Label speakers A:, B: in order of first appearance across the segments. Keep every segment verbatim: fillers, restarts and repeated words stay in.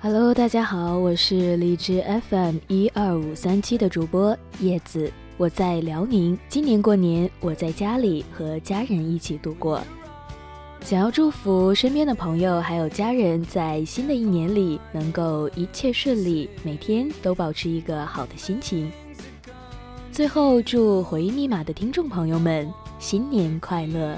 A: Hello， 大家好，我是荔枝 F M 一二五三七的主播叶子，我在辽宁，今年过年我在家里和家人一起度过。想要祝福身边的朋友还有家人在新的一年里能够一切顺利，每天都保持一个好的心情。最后祝回忆密码的听众朋友们新年快乐。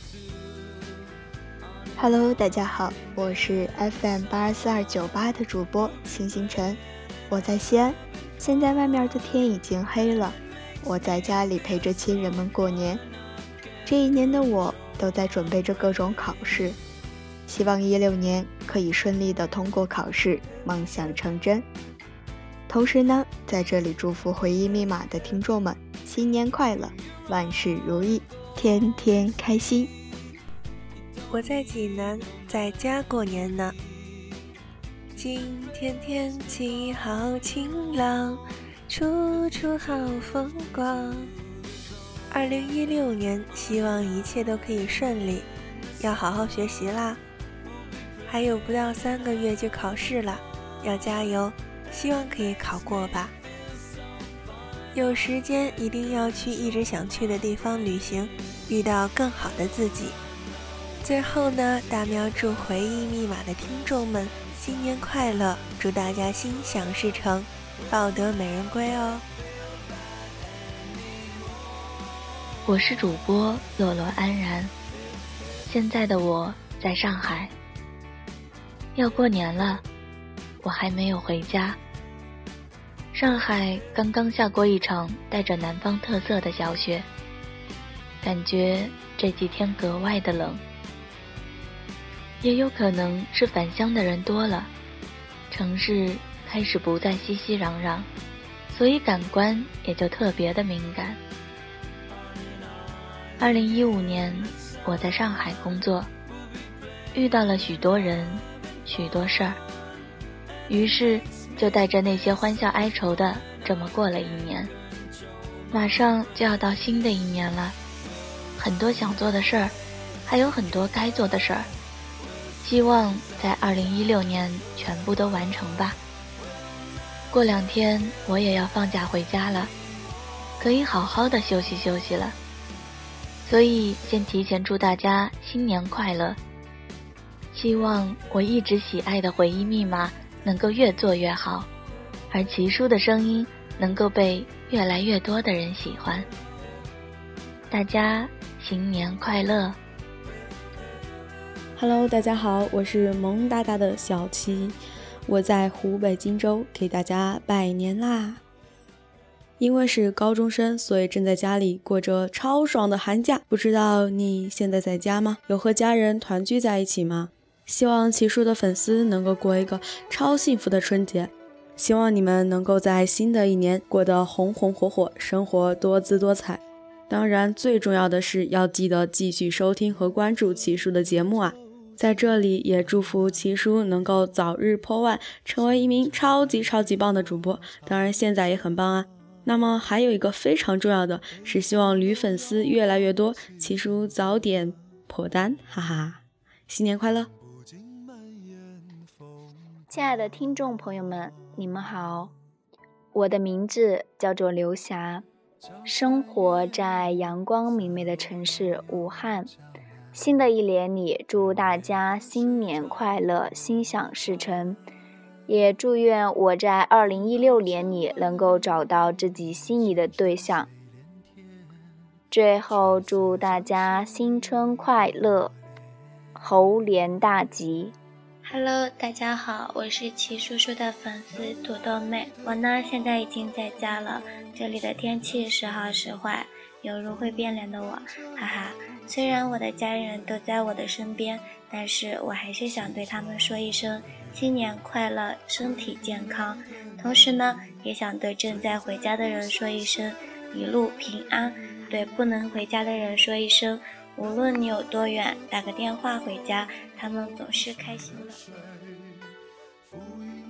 B: Hello， 大家好，我是 F M 八二四二九八的主播星星辰，我在西安，现在外面的天已经黑了，我在家里陪着亲人们过年。这一年的我都在准备着各种考试，希望一六年可以顺利的通过考试，梦想成真。同时呢，在这里祝福回忆密码的听众们新年快乐，万事如意，天天开心。
C: 我在济南，在家过年呢。今天天气好晴朗，处处好风光。二零一六年，希望一切都可以顺利，要好好学习啦。还有不到三个月就考试了，要加油，希望可以考过吧。有时间一定要去一直想去的地方旅行，遇到更好的自己。最后呢，大喵祝回忆密码的听众们新年快乐，祝大家心想事成，抱得美人归哦。
D: 我是主播洛洛安然，现在的我在上海。要过年了，我还没有回家。上海刚刚下过一场带着南方特色的小雪，感觉这几天格外的冷。也有可能是返乡的人多了，城市开始不再熙熙攘攘，所以感官也就特别的敏感。二零一五年，我在上海工作，遇到了许多人，许多事儿，于是就带着那些欢笑哀愁的这么过了一年。马上就要到新的一年了，很多想做的事儿，还有很多该做的事儿。希望在二零一六年全部都完成吧。过两天我也要放假回家了，可以好好的休息休息了。所以先提前祝大家新年快乐。希望我一直喜爱的回忆密码能够越做越好，而奇叔的声音能够被越来越多的人喜欢。大家新年快乐。
E: Hello， 大家好，我是萌哒哒的小七，我在湖北荆州给大家拜年啦。因为是高中生，所以正在家里过着超爽的寒假。不知道你现在在家吗？有和家人团聚在一起吗？希望奇叔的粉丝能够过一个超幸福的春节。希望你们能够在新的一年过得红红火火，生活多姿多彩。当然，最重要的是要记得继续收听和关注奇叔的节目啊！在这里也祝福奇叔能够早日破万，成为一名超级超级棒的主播。当然现在也很棒啊。那么还有一个非常重要的是，希望女粉丝越来越多，奇叔早点破单，哈哈！新年快乐！
F: 亲爱的听众朋友们，你们好，我的名字叫做刘霞，生活在阳光明媚的城市武汉。新的一年里，祝大家新年快乐，心想事成，也祝愿我在二零一六年里能够找到自己心仪的对象。最后祝大家新春快乐，猴年大吉。
G: Hello， 大家好，我是齐叔叔的粉丝土豆妹，我呢现在已经在家了，这里的天气时好时坏，犹如会变脸的我，哈哈。虽然我的家人都在我的身边，但是我还是想对他们说一声新年快乐，身体健康。同时呢，也想对正在回家的人说一声一路平安，对不能回家的人说一声无论你有多远，打个电话回家，他们总是开心的。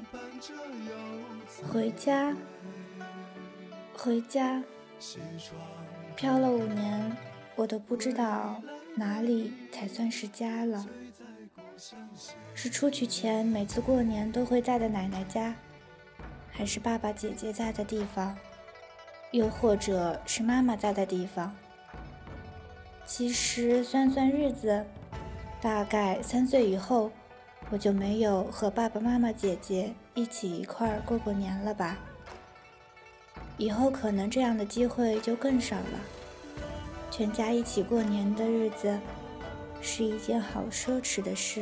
H: 回家，回家，飘了五年，我都不知道哪里才算是家了。 是出去前每次过年都会在的奶奶家，还是爸爸姐姐在的地方，又或者是妈妈在的地方。其实算算日子，大概三岁以后，我就没有和爸爸妈妈姐姐一起一块儿过过年了吧。以后可能这样的机会就更少了。全家一起过年的日子是一件好奢侈的事。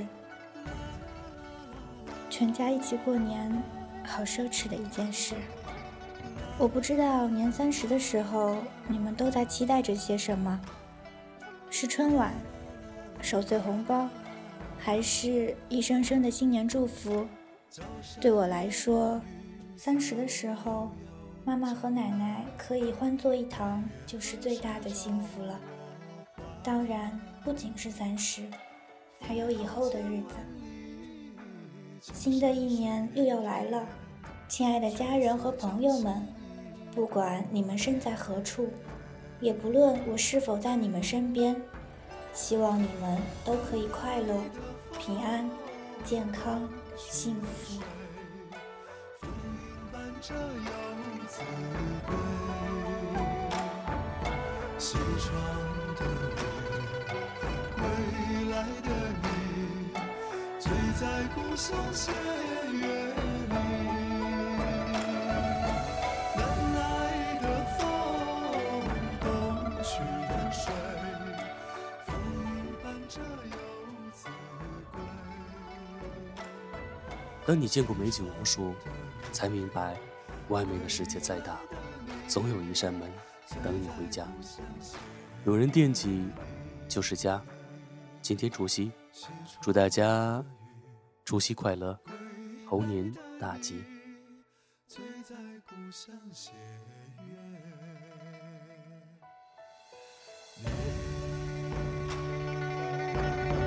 H: 全家一起过年，好奢侈的一件事。我不知道年三十的时候你们都在期待着些什么，是春晚、守岁红包，还是一声声的新年祝福？对我来说，三十的时候，妈妈和奶奶可以欢坐一堂，就是最大的幸福了。当然，不仅是三十，还有以后的日子。新的一年又要来了，亲爱的家人和朋友们，不管你们身在何处，也不论我是否在你们身边，希望你们都可以快乐、平安、健康、幸福。西窗的雨，归来的你，醉在故乡斜月里。南来的风，东去的水，风雨伴着游子归。
I: 当你见过美景无数，才明白外面的世界再大，总有一扇门等你回家。有人惦记就是家。今天除夕，祝大家除夕快乐，猴年大吉。醉在故乡斜月，你